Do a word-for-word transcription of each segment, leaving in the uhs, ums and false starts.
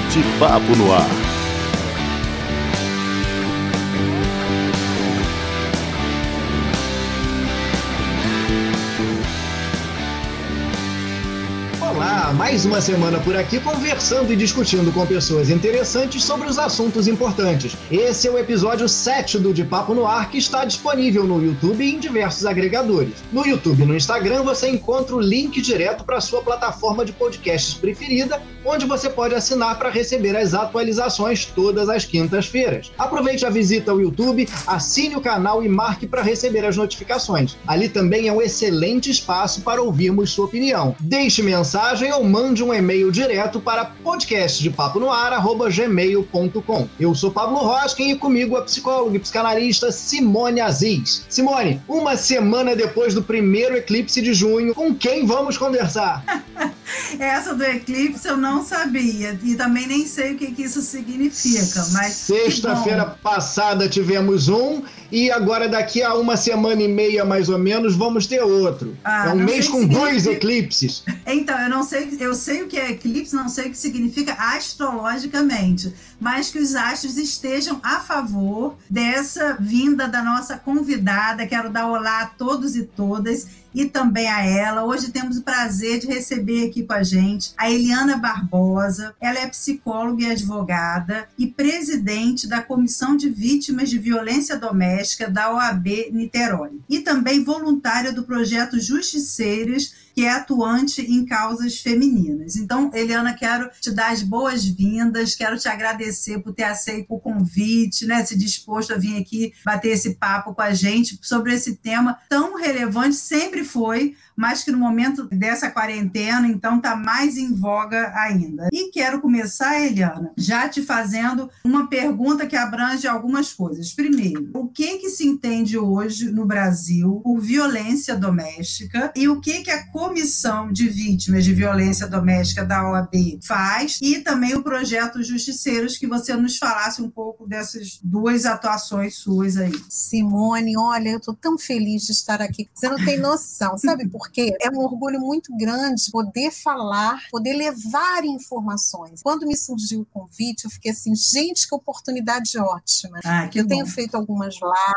De Papo no Ar. Olá, mais uma semana por aqui conversando e discutindo com pessoas interessantes sobre os assuntos importantes. Esse é o episódio sete do De Papo no Ar, que está disponível no YouTube e em diversos agregadores. No YouTube e no Instagram você encontra o link direto para a sua plataforma de podcasts preferida, onde você pode assinar para receber as atualizações todas as quintas-feiras. Aproveite a visita ao YouTube, assine o canal e marque para receber as notificações. Ali também é um excelente espaço para ouvirmos sua opinião. Deixe mensagem ou mande um e-mail direto para podcast de papo no ar arroba gmail ponto com. Eu sou Pablo Roskin e comigo a psicóloga e psicanalista Simone Aziz. Simone, uma semana depois do primeiro eclipse de junho, com quem vamos conversar? Essa do eclipse eu não sabia e também nem sei o que, que isso significa, mas sexta-feira passada tivemos um e agora daqui a uma semana e meia mais ou menos vamos ter outro. Ah, é um mês com significa... dois eclipses. Então, eu não sei, eu sei o que é eclipse, não sei o que significa astrologicamente, mas que os astros estejam a favor dessa vinda da nossa convidada. Quero dar olá a todos e todas e também a ela. Hoje temos o prazer de receber aqui com a gente a Eliana Barbosa. Ela é psicóloga e advogada e presidente da Comissão de Vítimas de Violência Doméstica da O A B Niterói. E também voluntária do projeto Justiceiros, que é atuante em causas femininas. Então, Eliana, quero te dar as boas-vindas, quero te agradecer por ter aceito o convite, né, se disposto a vir aqui bater esse papo com a gente sobre esse tema tão relevante, sempre foi, mas que no momento dessa quarentena, então, está mais em voga ainda. E quero começar, Eliana, já te fazendo uma pergunta que abrange algumas coisas. Primeiro, o que que se entende hoje no Brasil por violência doméstica e o que que a Comissão de Vítimas de Violência Doméstica da O A B faz e também o projeto Justiceiros, que você nos falasse um pouco dessas duas atuações suas aí. Simone, olha, eu estou tão feliz de estar aqui. Você não tem noção, sabe por quê? É um orgulho muito grande poder falar, poder levar informações. Quando me surgiu o convite, eu fiquei assim, gente, que oportunidade ótima. Ah, que eu bom. Tenho feito algumas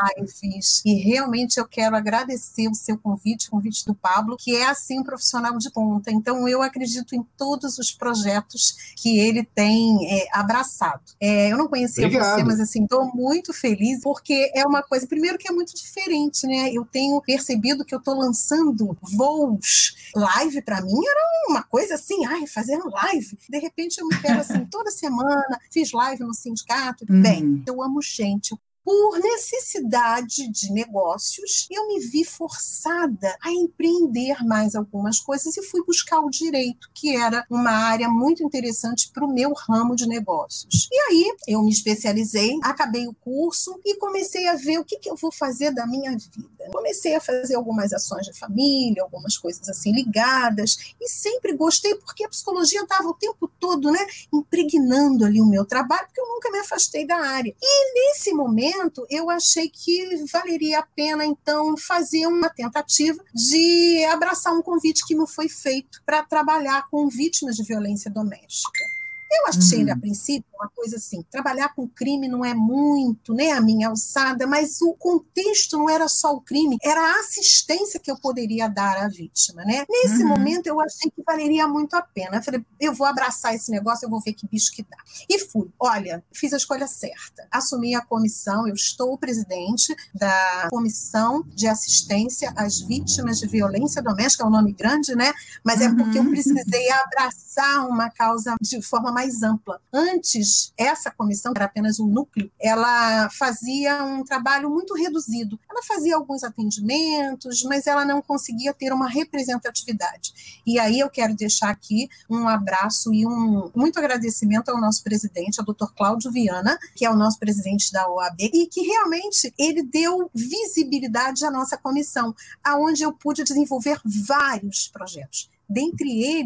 lives e realmente eu quero agradecer o seu convite, o convite do Pablo, que é assim um profissional de ponta. Então, eu acredito em todos os projetos que ele tem é, abraçado. É, eu não conhecia Obrigado. Você, mas assim, estou muito feliz, porque é uma coisa, primeiro, que é muito diferente, né? Eu tenho percebido que eu estou lançando voos. Live, para mim, era uma coisa assim, ai, fazendo live. De repente, eu me pego assim, toda semana, fiz live no sindicato. Uhum. Bem, eu amo gente. Por necessidade de negócios, eu me vi forçada a empreender mais algumas coisas e fui buscar o direito, que era uma área muito interessante para o meu ramo de negócios. E aí, eu me especializei, acabei o curso e comecei a ver o que, que eu vou fazer da minha vida. Comecei a fazer algumas ações de família, algumas coisas assim ligadas, e sempre gostei, porque a psicologia estava o tempo todo, né, impregnando ali o meu trabalho, porque eu nunca me afastei da área. E nesse momento, eu achei que valeria a pena, então, fazer uma tentativa de abraçar um convite que me foi feito para trabalhar com vítimas de violência doméstica. Eu achei, uhum. a princípio, uma coisa assim, trabalhar com crime não é muito, né, a minha alçada, mas o contexto não era só o crime, era a assistência que eu poderia dar à vítima, né? Nesse uhum. momento, eu achei que valeria muito a pena. Eu falei, eu vou abraçar esse negócio, eu vou ver que bicho que dá. E fui. Olha, fiz a escolha certa. Assumi a comissão, eu estou presidente da Comissão de Assistência às Vítimas de Violência Doméstica, é um nome grande, né? Mas uhum. é porque eu precisei abraçar uma causa de forma mais mais ampla. Antes, essa comissão, que era apenas um núcleo, ela fazia um trabalho muito reduzido. Ela fazia alguns atendimentos, mas ela não conseguia ter uma representatividade. E aí eu quero deixar aqui um abraço e um muito agradecimento ao nosso presidente, ao doutor Cláudio Viana, que é o nosso presidente da O A B, e que realmente ele deu visibilidade à nossa comissão, aonde eu pude desenvolver vários projetos. Dentre eles,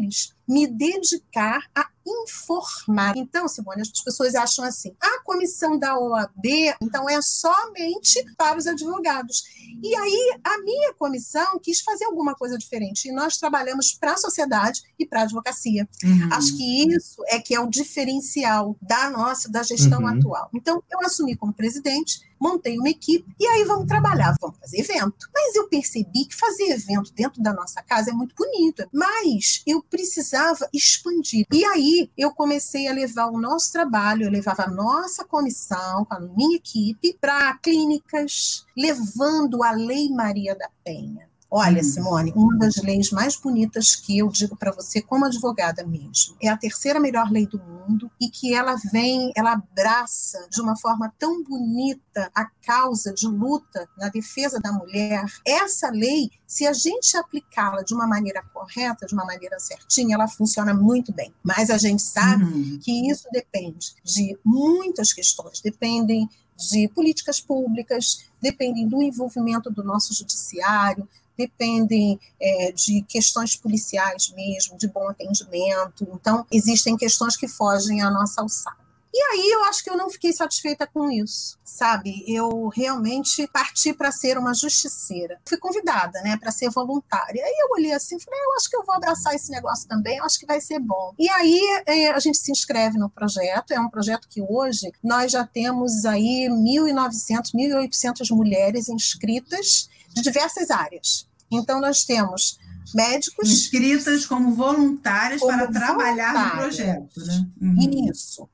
me dedicar a informar. Então, Simone, as pessoas acham assim, a comissão da O A B, então, é somente para os advogados. E aí, a minha comissão quis fazer alguma coisa diferente, e nós trabalhamos para a sociedade e para a advocacia. Uhum. Acho que isso é que é o diferencial da nossa, da gestão uhum. atual. Então, eu assumi como presidente, montei uma equipe, e aí vamos trabalhar, vamos fazer evento. Mas eu percebi que fazer evento dentro da nossa casa é muito bonito, mas eu precisava expandir. E aí eu comecei a levar o nosso trabalho, eu levava a nossa comissão, com a minha equipe, para clínicas, levando a Lei Maria da Penha. Olha, Simone, uma das leis mais bonitas que eu digo para você como advogada mesmo, é a terceira melhor lei do mundo, e que ela vem, ela abraça de uma forma tão bonita a causa de luta na defesa da mulher. Essa lei, se a gente aplicá-la de uma maneira correta, de uma maneira certinha, ela funciona muito bem. Mas a gente sabe uhum. que isso depende de muitas questões, dependem de políticas públicas, dependem do envolvimento do nosso judiciário, dependem é, de questões policiais mesmo, de bom atendimento. Então, existem questões que fogem à nossa alçada. E aí eu acho que eu não fiquei satisfeita com isso, sabe? Eu realmente parti para ser uma justiceira. Fui convidada, né, para ser voluntária. Aí eu olhei assim e falei, eu acho que eu vou abraçar esse negócio também, eu acho que vai ser bom. E aí é, a gente se inscreve no projeto, é um projeto que hoje nós já temos aí mil e novecentas, mil e oitocentas mulheres inscritas de diversas áreas. Então nós temos médicos... inscritas como voluntárias como para trabalhar no projeto, né? Uhum. Isso.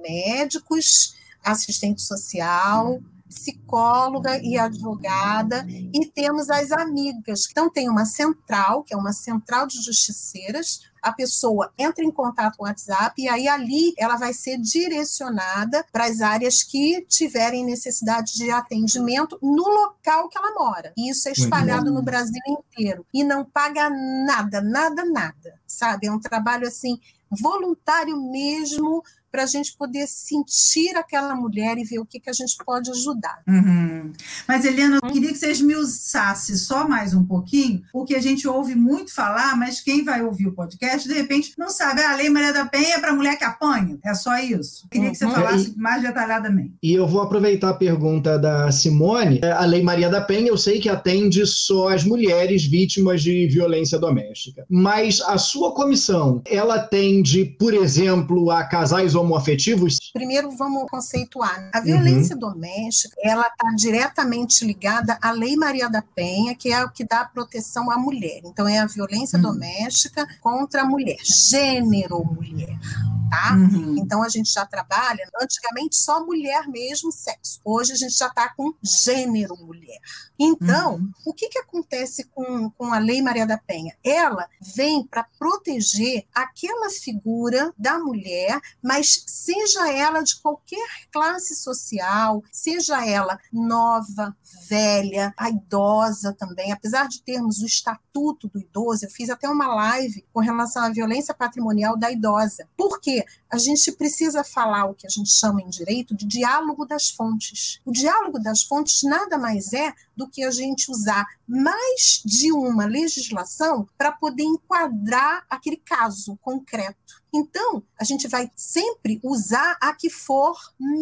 Médicos, assistente social, psicóloga e advogada, e temos as amigas. Então, tem uma central, que é uma central de justiceiras, a pessoa entra em contato com o WhatsApp, e aí ali ela vai ser direcionada para as áreas que tiverem necessidade de atendimento no local que ela mora. E isso é espalhado no Brasil inteiro. E não paga nada, nada, nada, sabe? É um trabalho, assim, voluntário mesmo, para a gente poder sentir aquela mulher e ver o que, que a gente pode ajudar. Uhum. Mas, Helena, eu queria que você esmiuçasse só mais um pouquinho, porque a gente ouve muito falar, mas quem vai ouvir o podcast, de repente, não sabe, ah, a Lei Maria da Penha é para mulher que apanha, é só isso. Eu queria que você falasse e, mais detalhadamente. E eu vou aproveitar a pergunta da Simone. A Lei Maria da Penha, eu sei que atende só as mulheres vítimas de violência doméstica, mas a sua comissão, ela atende, por exemplo, a casais homoafetivos? Primeiro, vamos conceituar. A violência uhum. doméstica, ela está diretamente ligada à Lei Maria da Penha, que é o que dá proteção à mulher. Então, é a violência uhum. doméstica contra a mulher, gênero mulher. Tá? Uhum. Então, a gente já trabalha, antigamente, só mulher mesmo, sexo. Hoje, a gente já está com gênero mulher. Então, uhum. o que, que acontece com, com a Lei Maria da Penha? Ela vem para proteger aquela figura da mulher, mas seja ela de qualquer classe social, seja ela nova, velha, a idosa também, apesar de termos o Estatuto do Idoso, eu fiz até uma live com relação à violência patrimonial da idosa. Por quê? A gente precisa falar o que a gente chama em direito de diálogo das fontes. O diálogo das fontes nada mais é do que a gente usar mais de uma legislação para poder enquadrar aquele caso concreto. Então, a gente vai sempre usar a que for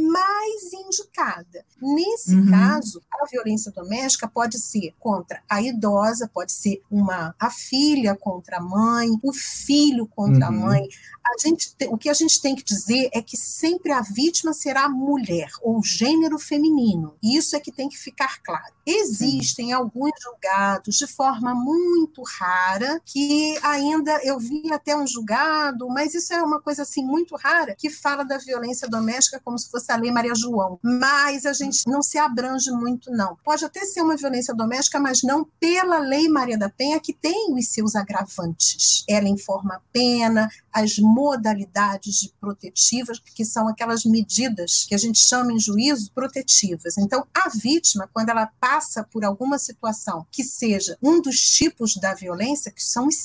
mais indicada. Nesse uhum. caso, a violência doméstica pode ser contra a idosa, pode ser uma, a filha contra a mãe, o filho contra uhum. a mãe. A gente, o que a gente tem que dizer é que sempre a vítima será mulher ou gênero feminino. Isso é que tem que ficar claro. Existem Sim. alguns julgados de forma muito rara, que ainda eu vi até um julgado, mas isso é uma coisa assim muito rara, que fala da violência doméstica como se fosse a Lei Maria João. Mas a gente não se abrange muito, não. Pode até ser uma violência doméstica, mas não pela Lei Maria da Penha, que tem os seus agravantes. Ela informa a pena, as modalidades de protetivas, que são aquelas medidas que a gente chama em juízo protetivas. Então, a vítima, quando ela passa por alguma situação que seja um dos tipos da violência, que são os cinco,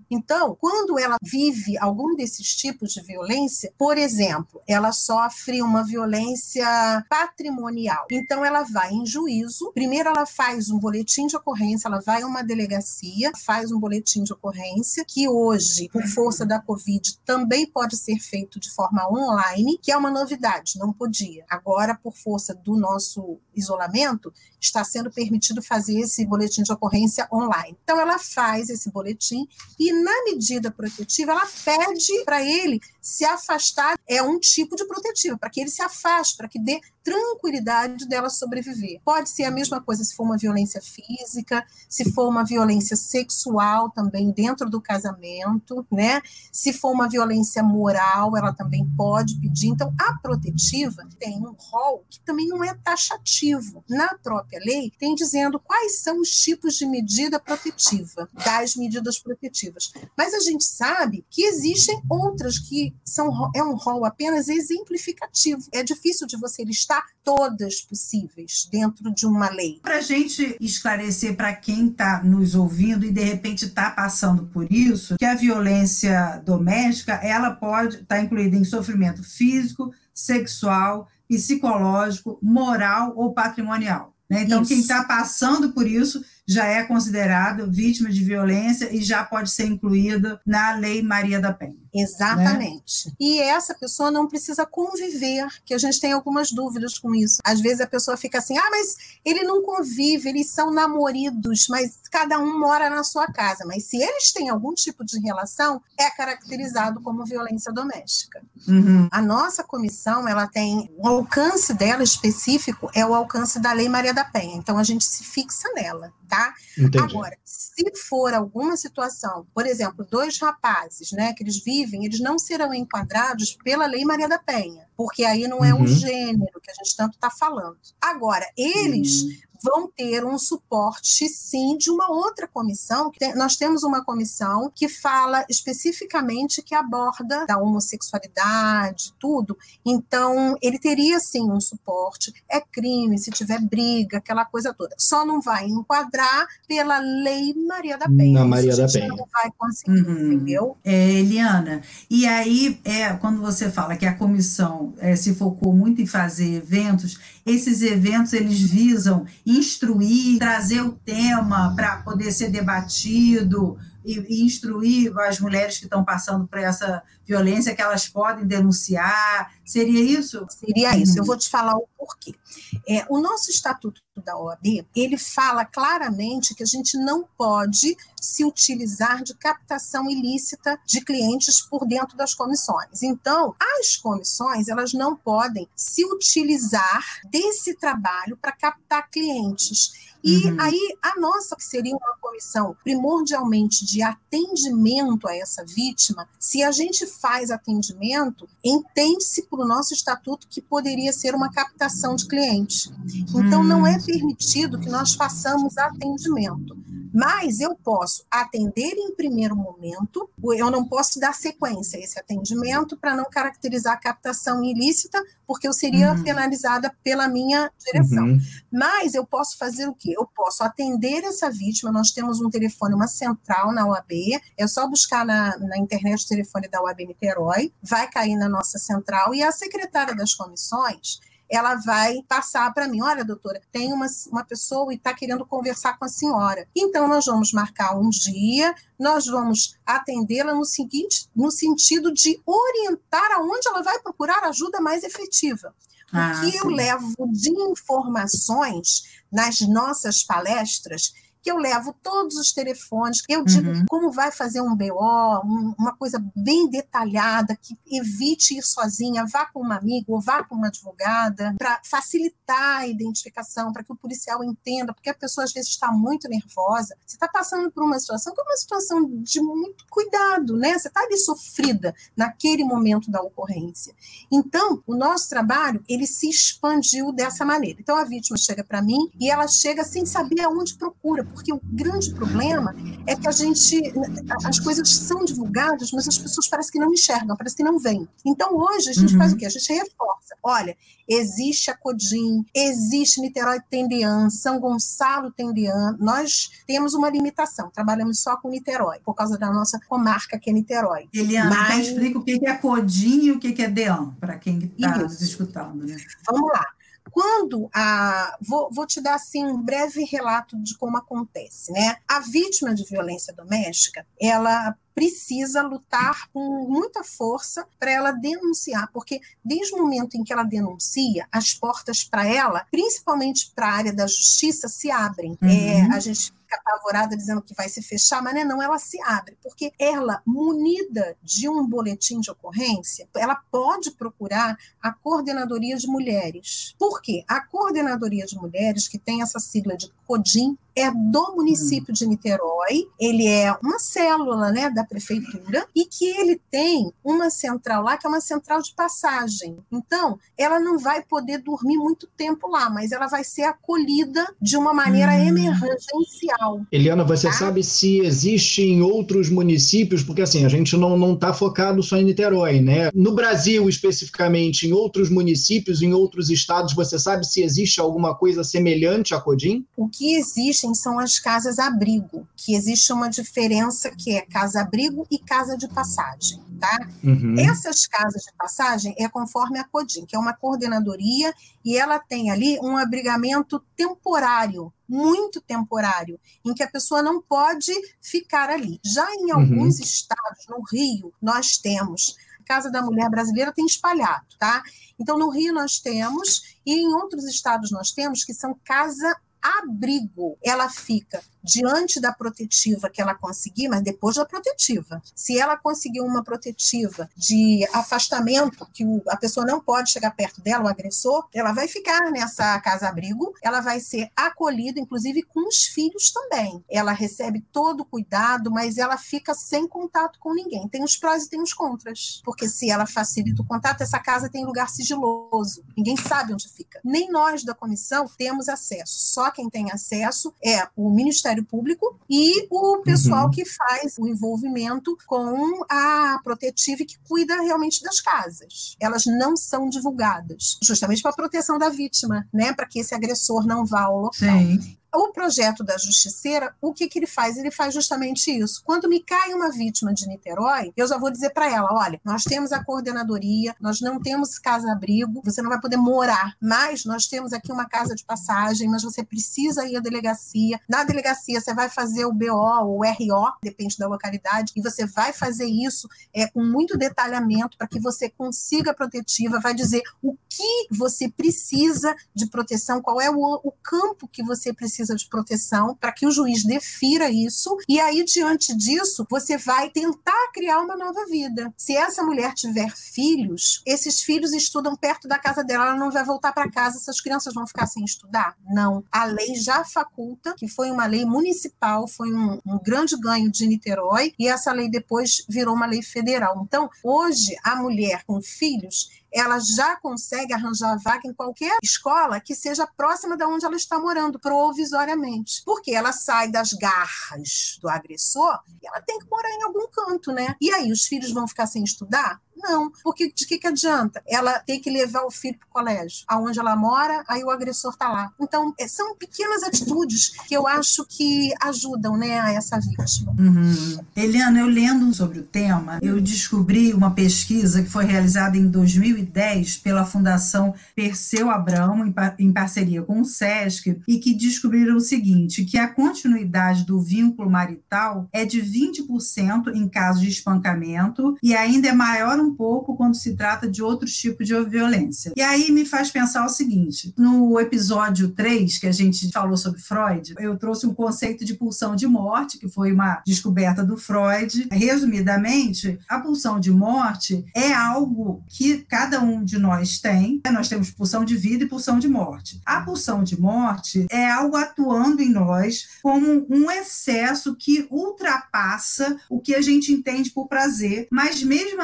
Então, quando ela vive algum desses tipos de violência, por exemplo, ela sofre uma violência patrimonial. Então, ela vai em juízo, primeiro ela faz um boletim de ocorrência, ela vai a uma delegacia, faz um boletim de ocorrência, que hoje, por força da Covid, também pode ser feito de forma online, que é uma novidade, não podia. Agora, por força do nosso isolamento, está sendo permitido fazer esse boletim de ocorrência online. Então, ela faz esse boletim e, na medida protetiva, ela pede para ele se afastar, é um tipo de protetiva, para que ele se afaste, para que dê tranquilidade dela sobreviver. Pode ser a mesma coisa se for uma violência física, se for uma violência sexual também dentro do casamento, né? Se for uma violência moral, ela também pode pedir. Então, a protetiva tem um rol que também não é taxativo. Na própria lei, tem dizendo quais são os tipos de medida protetiva, das medidas protetivas. Mas a gente sabe que existem outras que são, é um rol apenas exemplificativo. É difícil de você listar todas possíveis dentro de uma lei. Para a gente esclarecer para quem está nos ouvindo e de repente está passando por isso, que a violência doméstica ela pode estar tá incluída em sofrimento físico, sexual, psicológico, moral ou patrimonial. Né? Então, isso. Quem está passando por isso já é considerado vítima de violência e já pode ser incluída na Lei Maria da Penha. Exatamente. Né? E essa pessoa não precisa conviver, que a gente tem algumas dúvidas com isso. Às vezes a pessoa fica assim, ah, mas ele não convive, eles são namoridos, mas cada um mora na sua casa. Mas se eles têm algum tipo de relação, é caracterizado como violência doméstica. Uhum. A nossa comissão, ela tem, o alcance dela específico é o alcance da Lei Maria da Penha. Então a gente se fixa nela. Tá? Agora, se for alguma situação, por exemplo, dois rapazes, né, que eles vivem, eles não serão enquadrados pela Lei Maria da Penha, porque aí não é uhum. o gênero que a gente tanto está falando. Agora, eles uhum. vão ter um suporte, sim, de uma outra comissão. Nós temos uma comissão que fala especificamente, que aborda a homossexualidade, tudo. Então, ele teria, sim, um suporte. É crime, se tiver briga, aquela coisa toda. Só não vai enquadrar pela Lei Maria da Penha. Na Maria da Penha. Não vai conseguir, uhum. entendeu? É, Eliana, e aí, é, quando você fala que a comissão é, se focou muito em fazer eventos, esses eventos, eles visam instruir, trazer o tema para poder ser debatido e, e instruir as mulheres que estão passando por essa violência, que elas podem denunciar. Seria isso? Seria isso. Uhum. Eu vou te falar o porquê. É, o nosso Estatuto da O A B, ele fala claramente que a gente não pode se utilizar de captação ilícita de clientes por dentro das comissões. Então, as comissões, elas não podem se utilizar desse trabalho para captar clientes. E uhum. aí, a nossa, que seria uma comissão primordialmente de atendimento a essa vítima, se a gente faz atendimento, entende-se para o nosso estatuto que poderia ser uma captação de cliente. Então, uhum. não é permitido que nós façamos atendimento. Mas eu posso atender em primeiro momento, eu não posso dar sequência a esse atendimento para não caracterizar a captação ilícita, porque eu seria uhum. penalizada pela minha direção. Uhum. Mas eu posso fazer o quê? Eu posso atender essa vítima, nós temos um telefone, uma central na O A B, é só buscar na, na internet o telefone da O A B Niterói, vai cair na nossa central, e a secretária das comissões, ela vai passar para mim, olha, doutora, tem uma, uma pessoa e está querendo conversar com a senhora. Então, nós vamos marcar um dia, nós vamos atendê-la no seguinte, no sentido de orientar aonde ela vai procurar ajuda mais efetiva. O ah, que sim. eu levo de informações nas nossas palestras, que eu levo todos os telefones, eu digo uhum. como vai fazer um B O, um, uma coisa bem detalhada, que evite ir sozinha, vá com uma amiga ou vá com uma advogada, para facilitar a identificação, para que o policial entenda, porque a pessoa às vezes está muito nervosa, você está passando por uma situação que é uma situação de muito cuidado, né? Você está ali sofrida naquele momento da ocorrência. Então, o nosso trabalho, ele se expandiu dessa maneira. Então, a vítima chega para mim e ela chega sem saber aonde procura, porque o grande problema é que a gente, as coisas são divulgadas, mas as pessoas parecem que não enxergam, parece que não veem. Então hoje a gente uhum. faz o quê? A gente reforça. Olha, existe a CODIM, existe Niterói Tendean, São Gonçalo Tendean, nós temos uma limitação, trabalhamos só com Niterói, por causa da nossa comarca que é Niterói. Eliana, mas... então explica o que é CODIM e o que é DEAN, para quem está nos escutando. Né? Vamos lá. Quando a... Vou, vou te dar assim, um breve relato de como acontece. Né? A vítima de violência doméstica, ela precisa lutar com muita força para ela denunciar, porque desde o momento em que ela denuncia, as portas para ela, principalmente para a área da justiça, se abrem. Uhum. É, a gente fica apavorada dizendo que vai se fechar, mas não, é não, ela se abre, porque ela, munida de um boletim de ocorrência, ela pode procurar a Coordenadoria de Mulheres. Por quê? A Coordenadoria de Mulheres, que tem essa sigla de CODIM, é do município de Niterói, ele é uma célula, né, da prefeitura, e que ele tem uma central lá, que é uma central de passagem. Então, ela não vai poder dormir muito tempo lá, mas ela vai ser acolhida de uma maneira hum. emergencial. Eliana, você tá? sabe se existe em outros municípios, porque assim, a gente não não está focado só em Niterói, né? No Brasil, especificamente, em outros municípios, em outros estados, você sabe se existe alguma coisa semelhante à CODIM? O que existe são as casas-abrigo, que existe uma diferença que é casa-abrigo e casa de passagem, tá? Uhum. Essas casas de passagem é conforme a CODIM, que é uma coordenadoria, e ela tem ali um abrigamento temporário, muito temporário, em que a pessoa não pode ficar ali. Já em alguns uhum. estados, no Rio, nós temos... Casa da Mulher Brasileira tem espalhado, tá? Então, no Rio nós temos, e em outros estados nós temos, que são casa abrigo. Ela fica diante da protetiva que ela conseguir, mas depois da protetiva. Se ela conseguir uma protetiva de afastamento, que o, a pessoa não pode chegar perto dela, o agressor, ela vai ficar nessa casa-abrigo, ela vai ser acolhida, inclusive com os filhos também. Ela recebe todo o cuidado, mas ela fica sem contato com ninguém. Tem os prós e tem os contras, porque se ela facilita o contato, essa casa tem lugar sigiloso, ninguém sabe onde fica. Nem nós da comissão temos acesso, só quem tem acesso é o Ministério Público e o pessoal uhum. que faz o envolvimento com a protetiva e que cuida realmente das casas. Elas não são divulgadas, justamente para a proteção da vítima, né? Para que esse agressor não vá ao local. Sim. O projeto da Justiceira, o que, que ele faz? Ele faz justamente isso. Quando me cai uma vítima de Niterói, eu já vou dizer para ela, olha, nós temos a coordenadoria, nós não temos casa-abrigo, você não vai poder morar, mas nós temos aqui uma casa de passagem, mas você precisa ir à delegacia. Na delegacia você vai fazer o B O ou o R O, depende da localidade, e você vai fazer isso é, com muito detalhamento para que você consiga a protetiva, vai dizer o que você precisa de proteção, qual é o, o campo que você precisa de proteção, para que o juiz defira isso, e aí, diante disso, você vai tentar criar uma nova vida. Se essa mulher tiver filhos, esses filhos estudam perto da casa dela, ela não vai voltar para casa, essas crianças vão ficar sem estudar? Não. A lei já faculta, que foi uma lei municipal, foi um, um grande ganho de Niterói, e essa lei depois virou uma lei federal. Então, hoje, a mulher com filhos, ela já consegue arranjar vaga em qualquer escola que seja próxima de onde ela está morando, provisoriamente. Porque ela sai das garras do agressor e ela tem que morar em algum canto, né? E aí, os filhos vão ficar sem estudar? Não, porque de que, que adianta? Ela tem que levar o filho para o colégio, aonde ela mora, aí o agressor está lá. Então, são pequenas atitudes que eu acho que ajudam, né, a essa vítima. Uhum. Eliana, eu lendo sobre o tema, eu descobri uma pesquisa que foi realizada em dois mil e dez pela Fundação Perseu Abramo, em, par- em parceria com o SESC, e que descobriram o seguinte, que a continuidade do vínculo marital é de vinte por cento em caso de espancamento e ainda é maior um pouco quando se trata de outros tipos de violência. E aí me faz pensar o seguinte, no episódio três, que a gente falou sobre Freud, eu trouxe um conceito de pulsão de morte, que foi uma descoberta do Freud. Resumidamente, a pulsão de morte é algo que cada um de nós tem. Nós temos pulsão de vida e pulsão de morte. A pulsão de morte é algo atuando em nós como um excesso que ultrapassa o que a gente entende por prazer, mas mesmo assim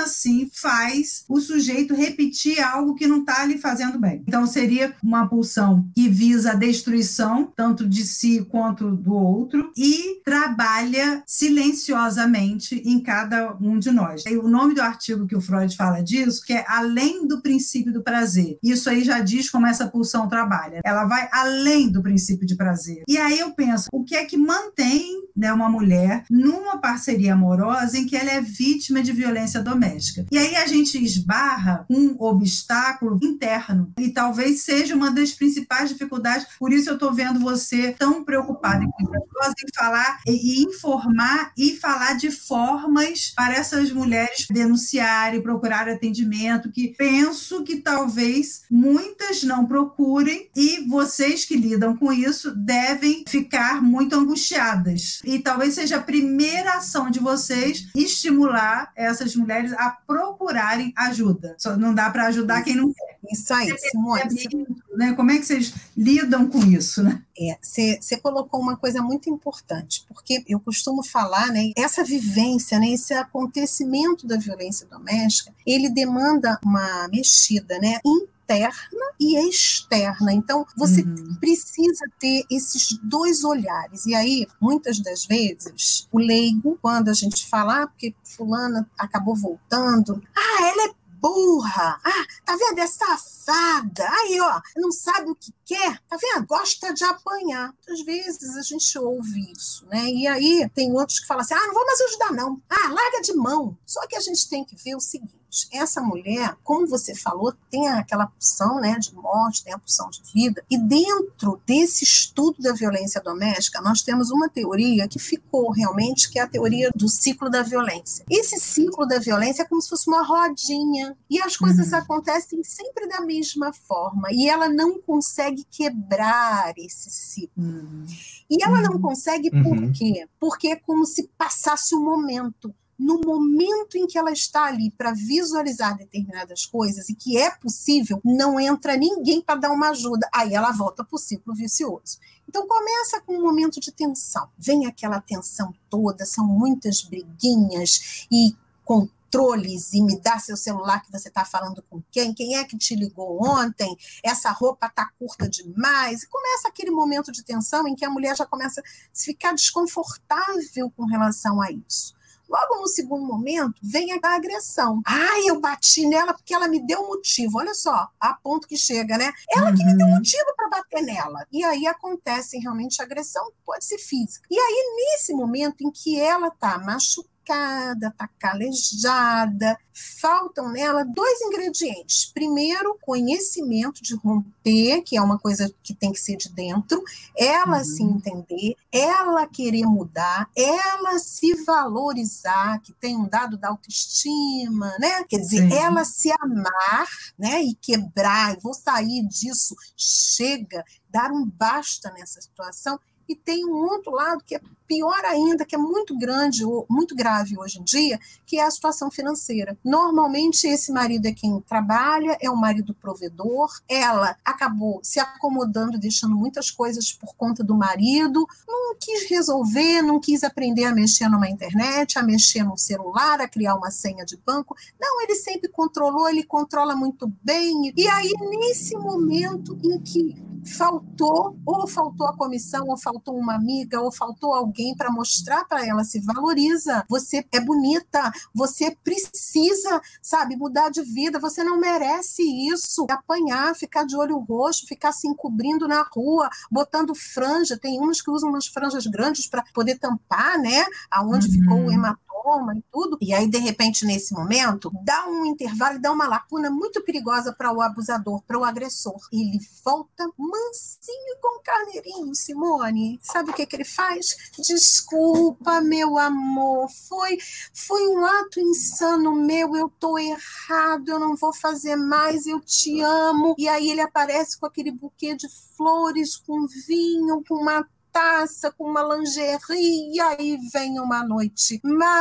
faz o sujeito repetir algo que não está lhe fazendo bem. Então, seria uma pulsão que visa a destruição, tanto de si quanto do outro, e trabalha silenciosamente em cada um de nós. E o nome do artigo que o Freud fala disso, que é além do princípio do prazer. Isso aí já diz como essa pulsão trabalha. Ela vai além do princípio de prazer. E aí eu penso, o que é que mantém, né, uma mulher numa parceria amorosa em que ela é vítima de violência doméstica? E aí a gente esbarra um obstáculo interno, e talvez seja uma das principais dificuldades. Por isso eu estou vendo você tão preocupada em falar e informar e falar de formas para essas mulheres denunciarem, procurar atendimento, que penso que talvez muitas não procurem, e vocês que lidam com isso devem ficar muito angustiadas. E talvez seja a primeira ação de vocês estimular essas mulheres a procurarem ajuda. Só não dá para ajudar quem não quer. Isso aí, Simone. Né? Como é que vocês lidam com isso, né? É, você colocou uma coisa muito importante, porque eu costumo falar, né, essa vivência, né, esse acontecimento da violência doméstica, ele demanda uma mexida, né, interna e externa. Então, você uhum. precisa ter esses dois olhares. E aí, muitas das vezes, o leigo, quando a gente fala, ah, porque fulana acabou voltando, ah, ela é burra, ah, tá vendo, é safada, aí ó, não sabe o que quer, tá vendo, gosta de apanhar. Às vezes a gente ouve isso, né, e aí tem outros que falam assim, ah, não vou mais ajudar não, ah, larga de mão. Só que a gente tem que ver o seguinte, essa mulher, como você falou, tem aquela pulsão, né, de morte, tem a pulsão de vida, e dentro desse estudo da violência doméstica, nós temos uma teoria que ficou realmente, que é a teoria do ciclo da violência. Esse ciclo da violência é como se fosse uma rodinha, e as coisas uhum. acontecem sempre da mesma forma, e ela não consegue quebrar esse ciclo. Uhum. E ela não consegue por uhum. quê? Porque é como se passasse um momento. No momento em que ela está ali para visualizar determinadas coisas e que é possível, não entra ninguém para dar uma ajuda, aí ela volta para o ciclo vicioso. Então começa com um momento de tensão, vem aquela tensão toda, são muitas briguinhas e controles, e me dá seu celular que você está falando com quem, quem é que te ligou ontem, essa roupa está curta demais, e começa aquele momento de tensão em que a mulher já começa a ficar desconfortável com relação a isso. Logo no segundo momento, vem a agressão. Ai, eu bati nela porque ela me deu motivo. Olha só, a ponto que chega, né? Ela uhum. que me deu motivo para bater nela. E aí acontece realmente a agressão, pode ser física. E aí, nesse momento em que ela está machucada, está calejada, faltam nela dois ingredientes. Primeiro, conhecimento de romper, que é uma coisa que tem que ser de dentro, ela uhum. se entender, ela querer mudar, ela se valorizar, que tem um dado da autoestima, né? Quer dizer, Sim. ela se amar, né? E quebrar, vou sair disso, chega, dar um basta nessa situação. E tem um outro lado que é pior ainda, que é muito grande, muito grave hoje em dia, que é a situação financeira. Normalmente esse marido é quem trabalha, é um marido provedor, ela acabou se acomodando, deixando muitas coisas por conta do marido, não quis resolver, não quis aprender a mexer numa internet, a mexer num celular, a criar uma senha de banco. Não, ele sempre controlou, ele controla muito bem. E aí, nesse momento em que faltou, ou faltou a comissão, ou faltou uma amiga, ou faltou alguém para mostrar para ela, se valoriza, você é bonita, você precisa, sabe, mudar de vida, você não merece isso, apanhar, ficar de olho roxo, ficar se encobrindo na rua, botando franja, tem umas que usam umas franjas grandes para poder tampar, né, aonde uhum. ficou o hematoma e tudo, e aí de repente nesse momento, dá um intervalo, dá uma lacuna muito perigosa para o abusador, para o agressor, ele volta mansinho com carneirinho, Simone. Sabe o que que ele faz? Desculpa, meu amor, foi, foi um ato insano meu, eu tô errado, eu não vou fazer mais, eu te amo. E aí ele aparece com aquele buquê de flores, com vinho, com uma taça, com uma lingerie, e aí vem uma noite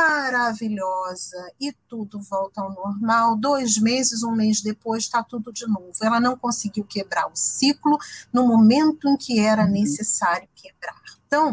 maravilhosa e tudo volta ao normal. Dois meses, um mês depois, está tudo de novo. Ela não conseguiu quebrar o ciclo no momento em que era necessário quebrar. Então,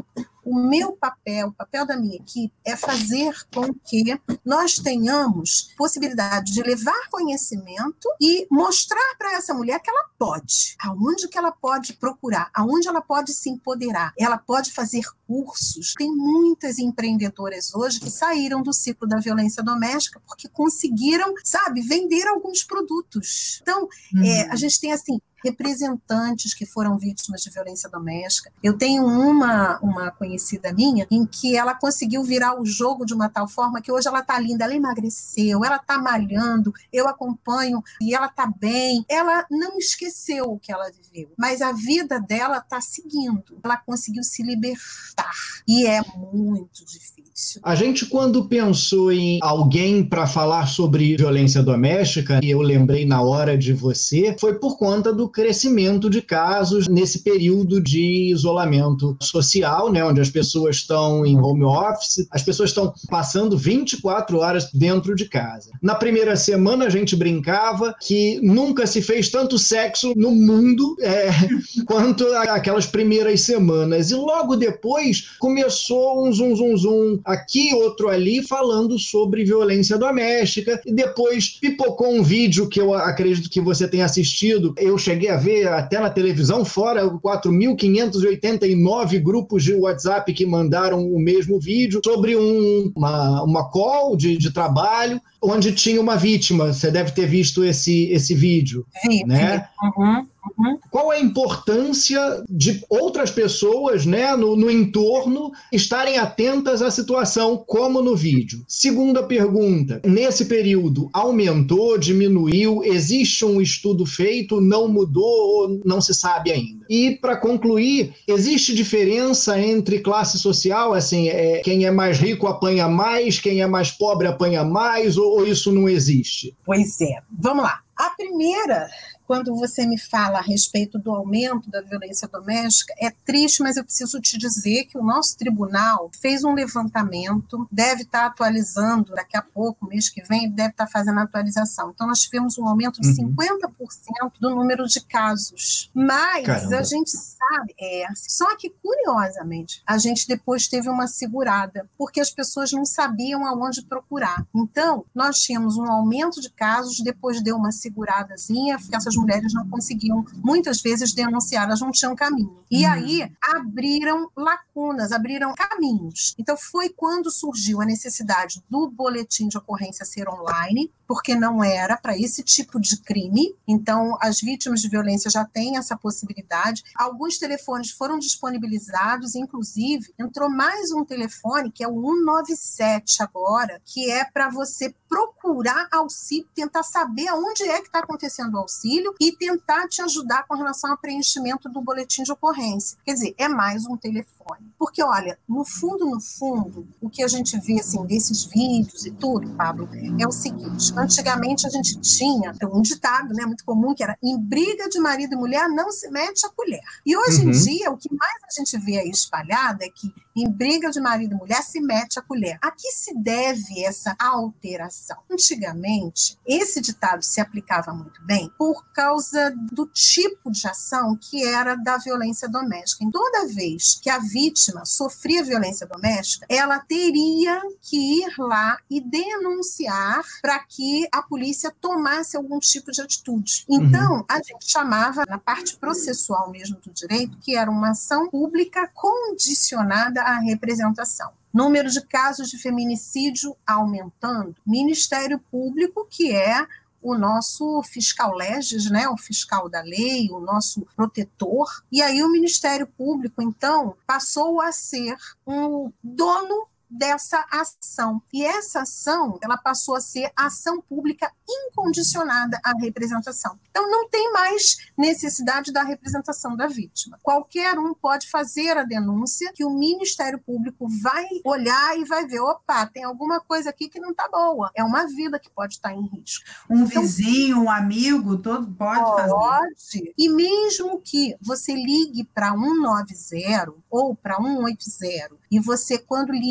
O meu papel, o papel da minha equipe é fazer com que nós tenhamos possibilidade de levar conhecimento e mostrar para essa mulher que ela pode, aonde que ela pode procurar, aonde ela pode se empoderar, ela pode fazer cursos. Tem muitas empreendedoras hoje que saíram do ciclo da violência doméstica porque conseguiram, sabe, vender alguns produtos. Então, uhum. é, a gente tem assim, representantes que foram vítimas de violência doméstica. Eu tenho uma, uma conhecida minha em que ela conseguiu virar o jogo de uma tal forma que hoje ela está linda, ela emagreceu, ela está malhando, eu acompanho e ela está bem. Ela não esqueceu o que ela viveu, mas a vida dela está seguindo. Ela conseguiu se libertar e é muito difícil. A gente, quando pensou em alguém para falar sobre violência doméstica, e eu lembrei na hora de você, foi por conta do crescimento de casos nesse período de isolamento social, né, onde as pessoas estão em home office, as pessoas estão passando vinte e quatro horas dentro de casa. Na primeira semana a gente brincava que nunca se fez tanto sexo no mundo é, quanto aquelas primeiras semanas. E logo depois começou um zum zum zum aqui, outro ali, falando sobre violência doméstica. E depois pipocou um vídeo que eu acredito que você tenha assistido. Eu cheguei a ver até na televisão, fora quatro mil quinhentos e oitenta e nove grupos de WhatsApp que mandaram o mesmo vídeo sobre um, uma, uma call de, de trabalho onde tinha uma vítima. Você deve ter visto esse, esse vídeo, sim, né? Sim. Uhum. Uhum. Qual é a importância de outras pessoas, né, no, no entorno estarem atentas à situação, como no vídeo? Segunda pergunta, nesse período aumentou, diminuiu, existe um estudo feito, não mudou ou não se sabe ainda? E para concluir, existe diferença entre classe social, assim, é, quem é mais rico apanha mais, quem é mais pobre apanha mais, ou, ou isso não existe? Pois é, vamos lá. A primeira, quando você me fala a respeito do aumento da violência doméstica, é triste, mas eu preciso te dizer que o nosso tribunal fez um levantamento, deve estar atualizando daqui a pouco, mês que vem, deve estar fazendo a atualização. Então, nós tivemos um aumento de uhum. cinquenta por cento do número de casos. Mas Caramba. a gente sabe, é, só que, curiosamente, a gente depois teve uma segurada, porque as pessoas não sabiam aonde procurar. Então, nós tínhamos um aumento de casos, depois deu uma seguradazinha, porque essas mulheres não conseguiam, muitas vezes, denunciar, elas não tinham caminho. E uhum. aí, abriram lacunas, abriram caminhos. Então, foi quando surgiu a necessidade do boletim de ocorrência ser online, porque não era para esse tipo de crime. Então, as vítimas de violência já têm essa possibilidade. Alguns telefones foram disponibilizados, inclusive, entrou mais um telefone, que é o um nove sete agora, que é para você procurar auxílio, tentar saber aonde é que está acontecendo o auxílio e tentar te ajudar com relação ao preenchimento do boletim de ocorrência. Quer dizer, é mais um telefone. Porque, olha, no fundo, no fundo, o que a gente vê, assim, desses vídeos e tudo, Pablo, é o seguinte: antigamente a gente tinha um ditado, né, muito comum, que era: em briga de marido e mulher não se mete a colher. E hoje uhum. em dia, o que mais a gente vê aí espalhado é que em briga de marido e mulher se mete a colher. A que se deve essa alteração? Antigamente, esse ditado se aplicava muito bem por causa do tipo de ação que era da violência doméstica. Em toda vez que a vítima sofria violência doméstica, ela teria que ir lá e denunciar para que a polícia tomasse algum tipo de atitude. Então, uhum. a gente chamava, na parte processual mesmo do direito, que era uma ação pública condicionada à representação. Número de casos de feminicídio aumentando. Ministério Público, que é o nosso fiscal legis, né, o fiscal da lei, o nosso protetor. E aí o Ministério Público, então, passou a ser um dono dessa ação. E essa ação, ela passou a ser ação pública incondicionada à representação. Então, não tem mais necessidade da representação da vítima. Qualquer um pode fazer a denúncia, que o Ministério Público vai olhar e vai ver: opa, tem alguma coisa aqui que não está boa. É uma vida que pode estar em risco. Um então, vizinho, um amigo, todo pode, pode fazer. Pode. E mesmo que você ligue para um nove zero ou para um oito zero, e você, quando ligue,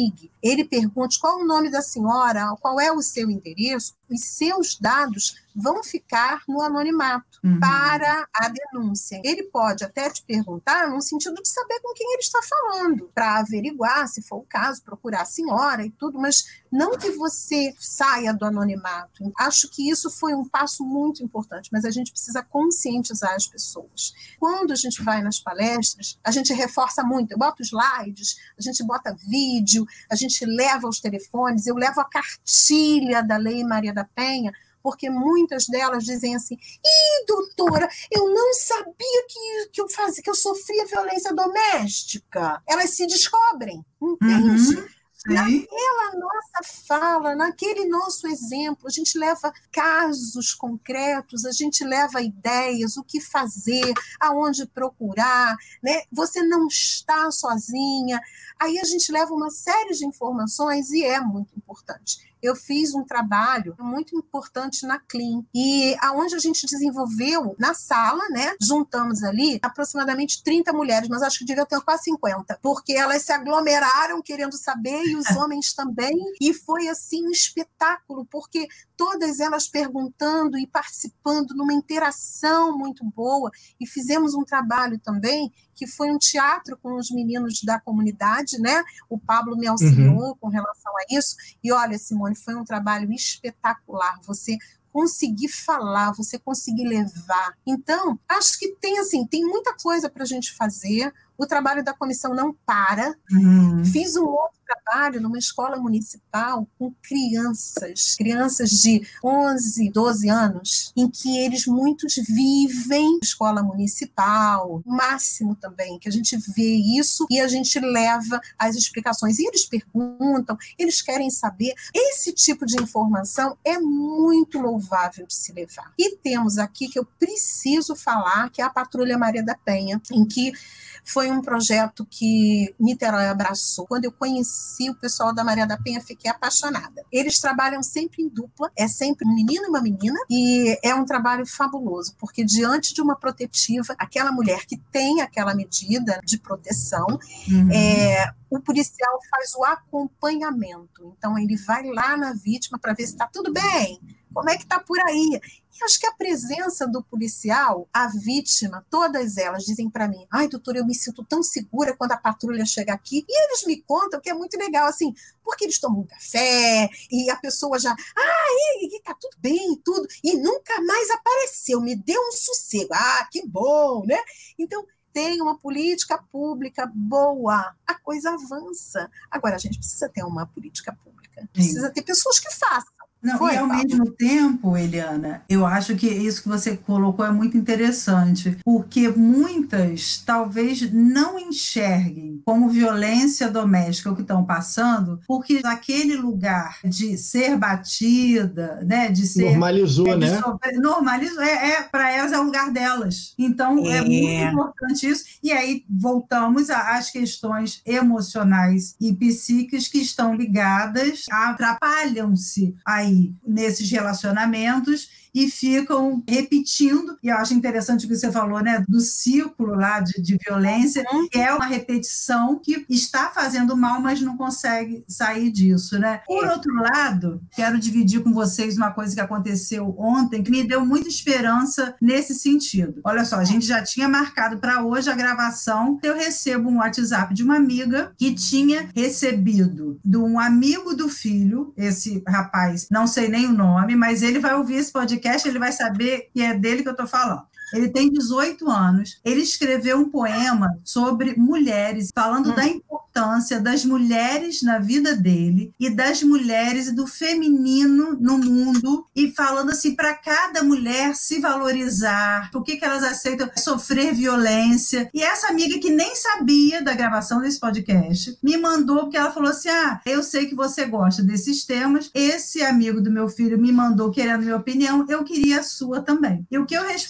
ele pergunte qual é o nome da senhora, qual é o seu endereço, os seus dados vão ficar no anonimato uhum. para a denúncia. Ele pode até te perguntar no sentido de saber com quem ele está falando, para averiguar, se for o caso, procurar a senhora e tudo, mas não que você saia do anonimato. Acho que isso foi um passo muito importante, mas a gente precisa conscientizar as pessoas. Quando a gente vai nas palestras, a gente reforça muito, eu boto slides, a gente bota vídeo, a gente leva os telefones, eu levo a cartilha da Lei Maria da Penha, porque muitas delas dizem assim, ih, doutora, eu não sabia que, que, eu fazia, que eu sofria violência doméstica. Elas se descobrem, entende? Uhum. Naquela nossa fala, naquele nosso exemplo, a gente leva casos concretos, a gente leva ideias, o que fazer, aonde procurar, né? Você não está sozinha. Aí a gente leva uma série de informações e é muito importante. Eu fiz um trabalho muito importante na Clean, e aonde a gente desenvolveu na sala, né? Juntamos ali aproximadamente trinta mulheres, mas acho que devia ter quase cinquenta, porque elas se aglomeraram querendo saber, e os homens também, e foi assim um espetáculo, porque todas elas perguntando e participando numa interação muito boa, e fizemos um trabalho também que foi um teatro com os meninos da comunidade, né? O Pablo me auxiliou uhum. com relação a isso, e olha, Simone, foi um trabalho espetacular, você conseguir falar, você conseguir levar. Então, acho que tem assim, tem muita coisa para a gente fazer, o trabalho da comissão não para. Uhum. Fiz um outro trabalho numa escola municipal com crianças, crianças de onze, doze anos, em que eles muitos vivem escola municipal, máximo também, que a gente vê isso e a gente leva as explicações. E eles perguntam, eles querem saber. Esse tipo de informação é muito louvável de se levar. E temos aqui que eu preciso falar, que é a Patrulha Maria da Penha, em que foi um projeto que Niterói abraçou. Quando eu conheci o pessoal da Maria da Penha, fiquei apaixonada. Eles trabalham sempre em dupla, é sempre um menino e uma menina, e é um trabalho fabuloso, porque diante de uma protetiva, aquela mulher que tem aquela medida de proteção, uhum. é, o policial faz o acompanhamento. Então, ele vai lá na vítima para ver se está tudo bem, como é que está por aí. E acho que a presença do policial, a vítima, todas elas dizem para mim, ai, doutora, eu me sinto tão segura quando a patrulha chega aqui. E eles me contam que é muito legal, assim, porque eles tomam um café e a pessoa já, ah, e, e tá tudo bem e tudo, e nunca mais apareceu, me deu um sossego. Ah, que bom, né? Então, tem uma política pública boa, a coisa avança. Agora, a gente precisa ter uma política pública, precisa Sim. ter pessoas que façam. Não, Foi, e ao Paulo. mesmo tempo, Eliana, eu acho que isso que você colocou é muito interessante, porque muitas talvez não enxerguem como violência doméstica o que estão passando, porque naquele lugar de ser batida, né, de ser... Normalizou, é, de né? Sofrer, normalizou, é, é, para elas é o lugar delas. Então, é. é muito importante isso. E aí, voltamos às questões emocionais e psíquicas que estão ligadas, atrapalham-se aí nesses relacionamentos e ficam repetindo, e eu acho interessante o que você falou, né, do ciclo lá de, de violência, que é uma repetição que está fazendo mal, mas não consegue sair disso, né? Por outro lado, quero dividir com vocês uma coisa que aconteceu ontem, que me deu muita esperança nesse sentido. Olha só, a gente já tinha marcado para hoje a gravação, eu recebo um WhatsApp de uma amiga que tinha recebido de um amigo do filho, esse rapaz, não sei nem o nome, mas ele vai ouvir esse podcast, ele vai saber que é dele que eu estou falando. Ele tem dezoito anos, ele escreveu um poema sobre mulheres, falando hum. da importância das mulheres na vida dele e das mulheres e do feminino no mundo, e falando assim, para cada mulher se valorizar, por que que elas aceitam sofrer violência. E essa amiga que nem sabia da gravação desse podcast, me mandou, porque ela falou assim, ah, eu sei que você gosta desses temas, esse amigo do meu filho me mandou querendo minha opinião, eu queria a sua também. E o que eu respondi para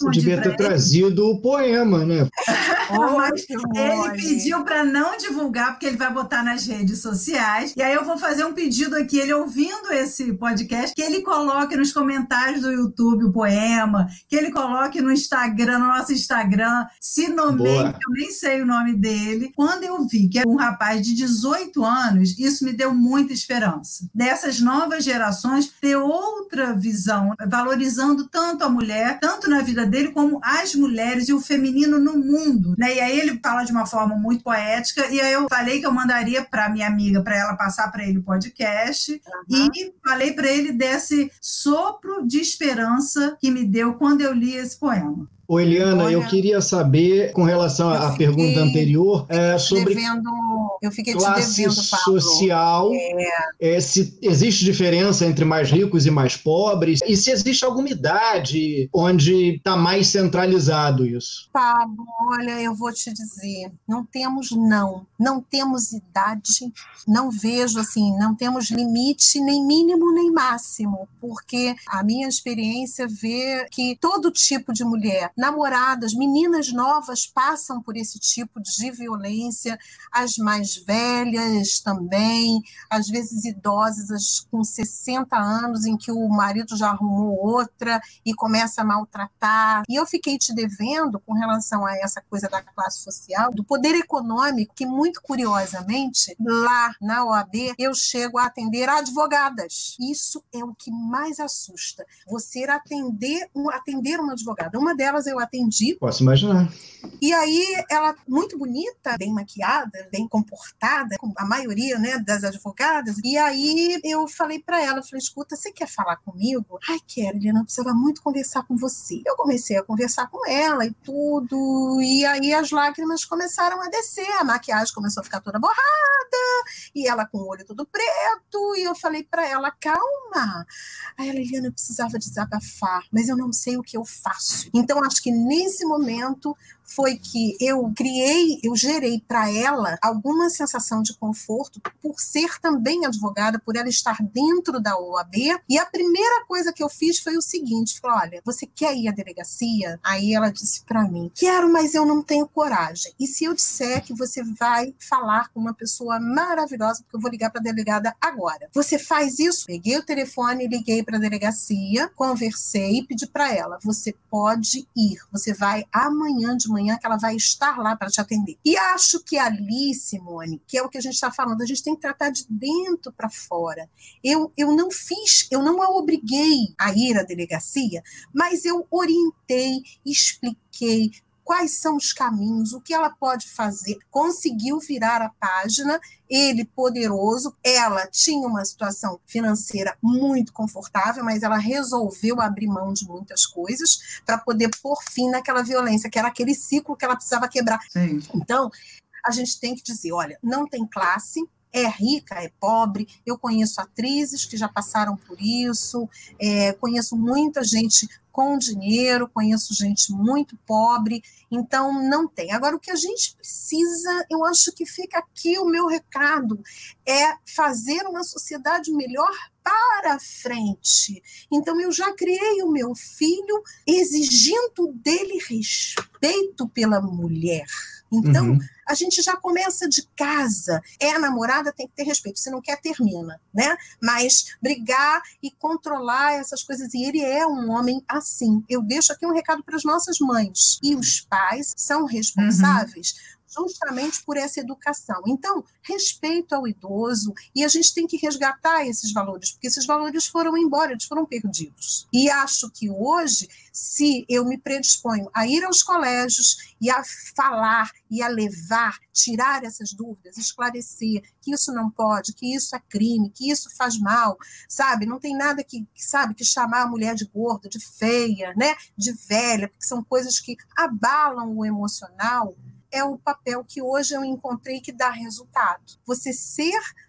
ter trazido o poema, né? Mas ele pediu para não divulgar, porque ele vai botar nas redes sociais. E aí eu vou fazer um pedido aqui, ele ouvindo esse podcast, que ele coloque nos comentários do YouTube o poema, que ele coloque no Instagram, no nosso Instagram, se nomeie, que eu nem sei o nome dele. Quando eu vi que é um rapaz de dezoito anos, isso me deu muita esperança. Dessas novas gerações, ter outra visão, valorizando tanto a mulher, tanto na vida dele, como as mulheres e o feminino no mundo, né? E aí ele fala de uma forma muito poética, e aí eu falei que eu mandaria para minha amiga, para ela passar para ele o podcast, uhum. E falei para ele desse sopro de esperança que me deu quando eu li esse poema. Ô, Eliana, Olha, eu queria saber, com relação à pergunta anterior, é, sobre devendo, eu fiquei classe te devendo, social, é... É, se existe diferença entre mais ricos e mais pobres, e se existe alguma idade onde está mais centralizado isso. Pablo, olha, eu vou te dizer, não temos não, não temos idade, não vejo assim, não temos limite, nem mínimo nem máximo, porque a minha experiência vê que todo tipo de mulher, namoradas, meninas novas passam por esse tipo de violência, as mais velhas também, às vezes idosas com sessenta anos, em que o marido já arrumou outra e começa a maltratar. E eu fiquei te devendo com relação a essa coisa da classe social, do poder econômico, que muito curiosamente, lá na O A B, eu chego a atender advogadas. Isso é o que mais assusta. Você atender, um, atender uma advogada. Uma delas eu atendi. Posso imaginar. E aí, ela muito bonita, bem maquiada, bem comportada, como a maioria, né, das advogadas. E aí, eu falei para ela, falei, escuta, você quer falar comigo? Ai, quero, Eliana, eu precisava muito conversar com você. Eu comecei a conversar com ela e tudo, e aí as lágrimas começaram a descer, a maquiagem começou a ficar toda borrada, e ela com o olho todo preto, e eu falei para ela, calma. Aí ela, Eliana, eu precisava desabafar, mas eu não sei o que eu faço. Então, acho que nesse momento foi que eu criei, eu gerei para ela alguma sensação de conforto por ser também advogada, por ela estar dentro da O A B. E a primeira coisa que eu fiz foi o seguinte, falei, olha, você quer ir à delegacia? Aí ela disse para mim, quero, mas eu não tenho coragem. E se eu disser que você vai falar com uma pessoa maravilhosa, porque eu vou ligar para a delegada agora. Você faz isso? Peguei o telefone, liguei para a delegacia, conversei e pedi para ela, você pode ir, você vai amanhã de manhã que ela vai estar lá para te atender. E acho que ali, Simone, que é o que a gente está falando, a gente tem que tratar de dentro para fora. Eu, eu não fiz, eu não a obriguei a ir à delegacia, mas eu orientei, expliquei quais são os caminhos, o que ela pode fazer. Conseguiu virar a página, ele poderoso, ela tinha uma situação financeira muito confortável, mas ela resolveu abrir mão de muitas coisas para poder pôr fim naquela violência, que era aquele ciclo que ela precisava quebrar. Sim. Então, a gente tem que dizer, olha, não tem classe, é rica, é pobre, eu conheço atrizes que já passaram por isso, é, conheço muita gente com dinheiro, conheço gente muito pobre, então não tem. Agora, o que a gente precisa, eu acho que fica aqui o meu recado, é fazer uma sociedade melhor para frente. Então, eu já criei o meu filho exigindo dele respeito pela mulher. Então, uhum. A gente já começa de casa. É a namorada, tem que ter respeito. Se não quer, termina, né? Mas brigar e controlar essas coisas. E ele é um homem assim. Eu deixo aqui um recado para as nossas mães. E os pais são responsáveis uhum. justamente por essa educação. Então, respeito ao idoso, e a gente tem que resgatar esses valores, porque esses valores foram embora, eles foram perdidos. E acho que hoje, se eu me predisponho a ir aos colégios e a falar e a levar, tirar essas dúvidas, esclarecer que isso não pode, que isso é crime, que isso faz mal, sabe? Não tem nada que, sabe, que chamar a mulher de gorda, de feia, né? De velha, porque são coisas que abalam o emocional. É o papel que hoje eu encontrei que dá resultado. Você ser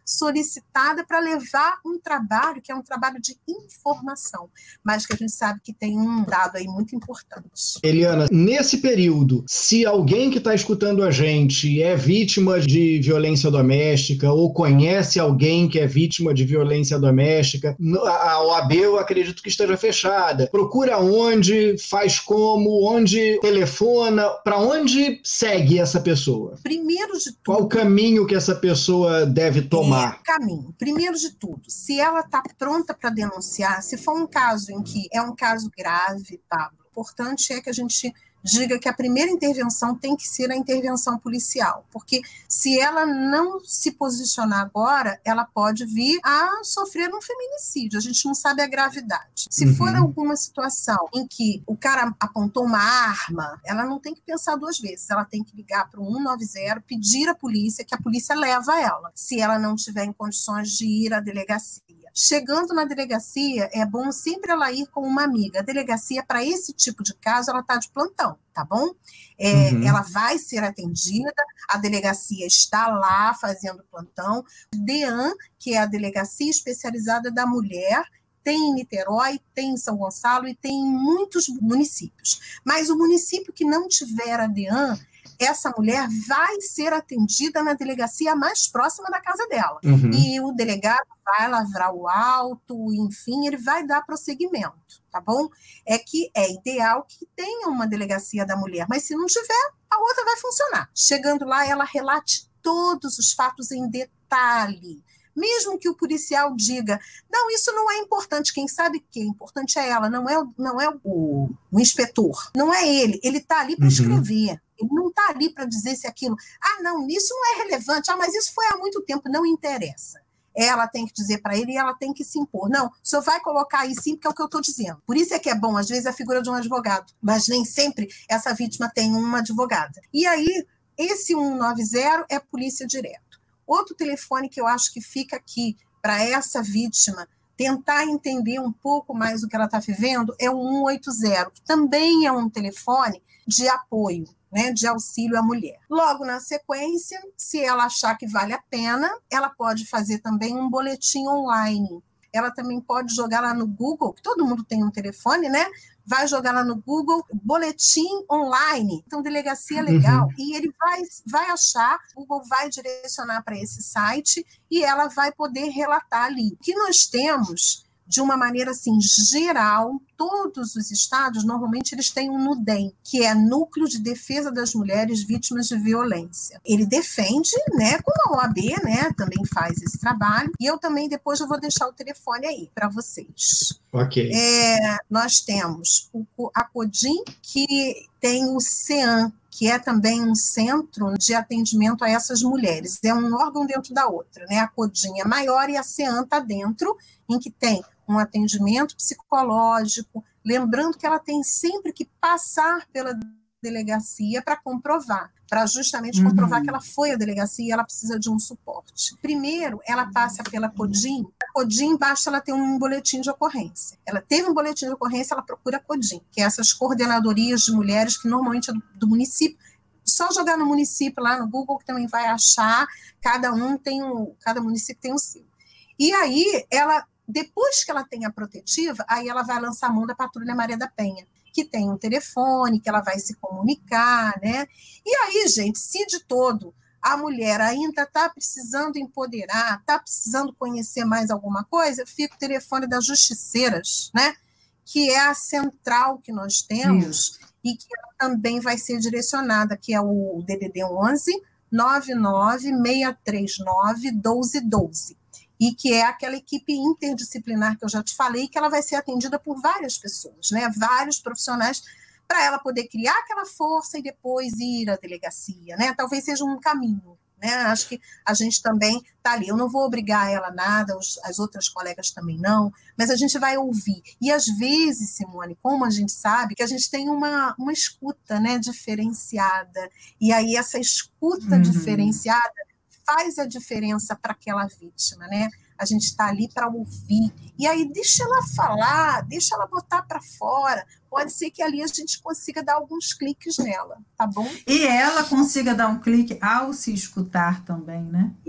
solicitada para levar um trabalho que é um trabalho de informação, mas que a gente sabe que tem um dado aí muito importante. Eliana, nesse período, se alguém que está escutando a gente é vítima de violência doméstica ou conhece alguém que é vítima de violência doméstica, a O A B eu acredito que esteja fechada. Procura onde, faz como, onde telefona, para onde segue essa pessoa? Primeiro de tudo... Qual o caminho que essa pessoa deve tomar? É, caminho. Primeiro de tudo, se ela está pronta para denunciar, se for um caso em que é um caso grave, Pablo, o importante é que a gente diga que a primeira intervenção tem que ser a intervenção policial, porque se ela não se posicionar agora, ela pode vir a sofrer um feminicídio, a gente não sabe a gravidade. Se uhum. for alguma situação em que o cara apontou uma arma, ela não tem que pensar duas vezes, ela tem que ligar para o um nove zero, pedir à polícia, que a polícia leva ela, se ela não tiver em condições de ir à delegacia. Chegando na delegacia, é bom sempre ela ir com uma amiga. A delegacia, para esse tipo de caso, ela está de plantão, tá bom? É, uhum. Ela vai ser atendida, a delegacia está lá fazendo plantão. DEAN, que é a Delegacia Especializada da Mulher, tem em Niterói, tem em São Gonçalo e tem em muitos municípios. Mas o município que não tiver a DEAN, essa mulher vai ser atendida na delegacia mais próxima da casa dela. Uhum. E o delegado vai lavrar o auto, enfim, ele vai dar prosseguimento, tá bom? É que é ideal que tenha uma delegacia da mulher, mas se não tiver, a outra vai funcionar. Chegando lá, ela relate todos os fatos em detalhe. Mesmo que o policial diga, não, isso não é importante, quem sabe que é importante é ela, não é, não é o, o inspetor, não é ele, ele está ali para uhum. escrever. Ele não está ali para dizer se aquilo... Ah, não, isso não é relevante. Ah, mas isso foi há muito tempo. Não interessa. Ela tem que dizer para ele e ela tem que se impor. Não, o senhor vai colocar aí sim, porque é o que eu estou dizendo. Por isso é que é bom, às vezes, a figura de um advogado. Mas nem sempre essa vítima tem uma advogada. E aí, esse um nove zero é polícia direto. Outro telefone que eu acho que fica aqui para essa vítima tentar entender um pouco mais o que ela está vivendo é o um oito zero, que também é um telefone de apoio, né, de auxílio à mulher. Logo na sequência, se ela achar que vale a pena, ela pode fazer também um boletim online. Ela também pode jogar lá no Google, que todo mundo tem um telefone, né? Vai jogar lá no Google, boletim online. Então, delegacia legal. Uhum. E ele vai, vai achar, o Google vai direcionar para esse site e ela vai poder relatar ali. O que nós temos... de uma maneira assim, geral, todos os estados, normalmente, eles têm um NUDEM, que é Núcleo de Defesa das Mulheres Vítimas de Violência. Ele defende, né, como a O A B, né, também faz esse trabalho, e eu também, depois, eu vou deixar o telefone aí para vocês. Ok. É, nós temos o, a CODIM, que tem o CEAM, que é também um centro de atendimento a essas mulheres. É um órgão dentro da outra, né? A CODIM é maior e a CEAM está dentro, em que tem um atendimento psicológico, lembrando que ela tem sempre que passar pela delegacia para comprovar, para justamente uhum. comprovar que ela foi à delegacia e ela precisa de um suporte. Primeiro, ela passa pela CODIM, a CODIM basta ela ter um boletim de ocorrência. Ela teve um boletim de ocorrência, ela procura a CODIM, que é essas coordenadorias de mulheres que normalmente é do, do município. Só jogar no município lá no Google que também vai achar, cada um tem um, cada município tem um seu. E aí, ela, depois que ela tem a protetiva, aí ela vai lançar a mão da Patrulha Maria da Penha, que tem um telefone, que ela vai se comunicar, né? E aí, gente, se de todo a mulher ainda está precisando empoderar, está precisando conhecer mais alguma coisa, fica o telefone das justiceiras, né? Que é a central que nós temos hum. e que ela também vai ser direcionada, que é o D D D onze, nove nove seis três nove, um dois um dois. E que é aquela equipe interdisciplinar que eu já te falei, que ela vai ser atendida por várias pessoas, né? Vários profissionais, para ela poder criar aquela força e depois ir à delegacia, né? Talvez seja um caminho, né? Acho que a gente também está ali. Eu não vou obrigar ela a nada, os, as outras colegas também não, mas a gente vai ouvir. E às vezes, Simone, como a gente sabe, que a gente tem uma, uma escuta, né, diferenciada, e aí essa escuta uhum. diferenciada faz a diferença para aquela vítima, né? A gente está ali para ouvir. E aí, deixa ela falar, deixa ela botar para fora. Pode ser que ali a gente consiga dar alguns cliques nela, tá bom? E ela consiga dar um clique ao se escutar também, né?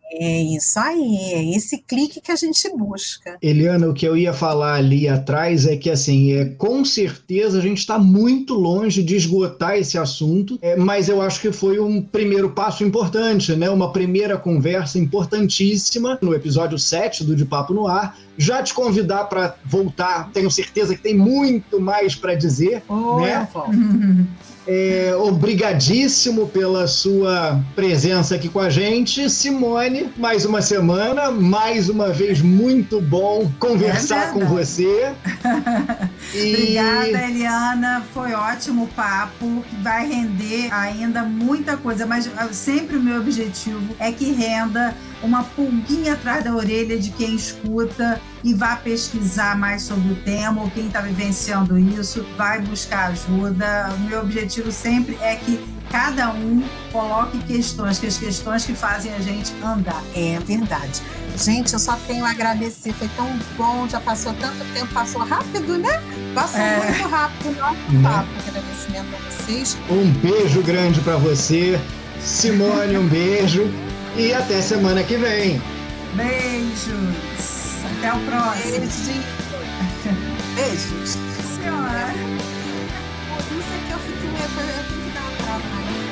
É isso aí, é esse clique que a gente busca. Eliana, o que eu ia falar ali atrás é que, assim, é, com certeza a gente está muito longe de esgotar esse assunto, é, mas eu acho que foi um primeiro passo importante, né? Uma primeira conversa importantíssima no episódio sete do De Papo no Ar. Já te convidar para voltar, tenho certeza que tem muito mais para dizer. Oh, né? eu volto. É, obrigadíssimo pela sua presença aqui com a gente. Simone, mais uma semana, mais uma vez muito bom conversar é com você. E... Obrigada, Eliana, foi ótimo o papo, vai render ainda muita coisa, mas sempre o meu objetivo é que renda uma pulguinha atrás da orelha de quem escuta e vá pesquisar mais sobre o tema, ou quem está vivenciando isso, vai buscar ajuda. O meu objetivo sempre é que cada um coloque questões, que as questões que fazem a gente andar. É verdade. Gente, eu só tenho a agradecer, foi tão bom, já passou tanto tempo, passou rápido, né? Passou é. muito rápido o nosso papo. Agradecimento a vocês. Um beijo grande para você, Simone, um beijo e até semana que vem. Beijos, até o próximo. Beijos. Beijos. Senhora. Por isso é que eu fiquei, eu tenho que dar uma trava na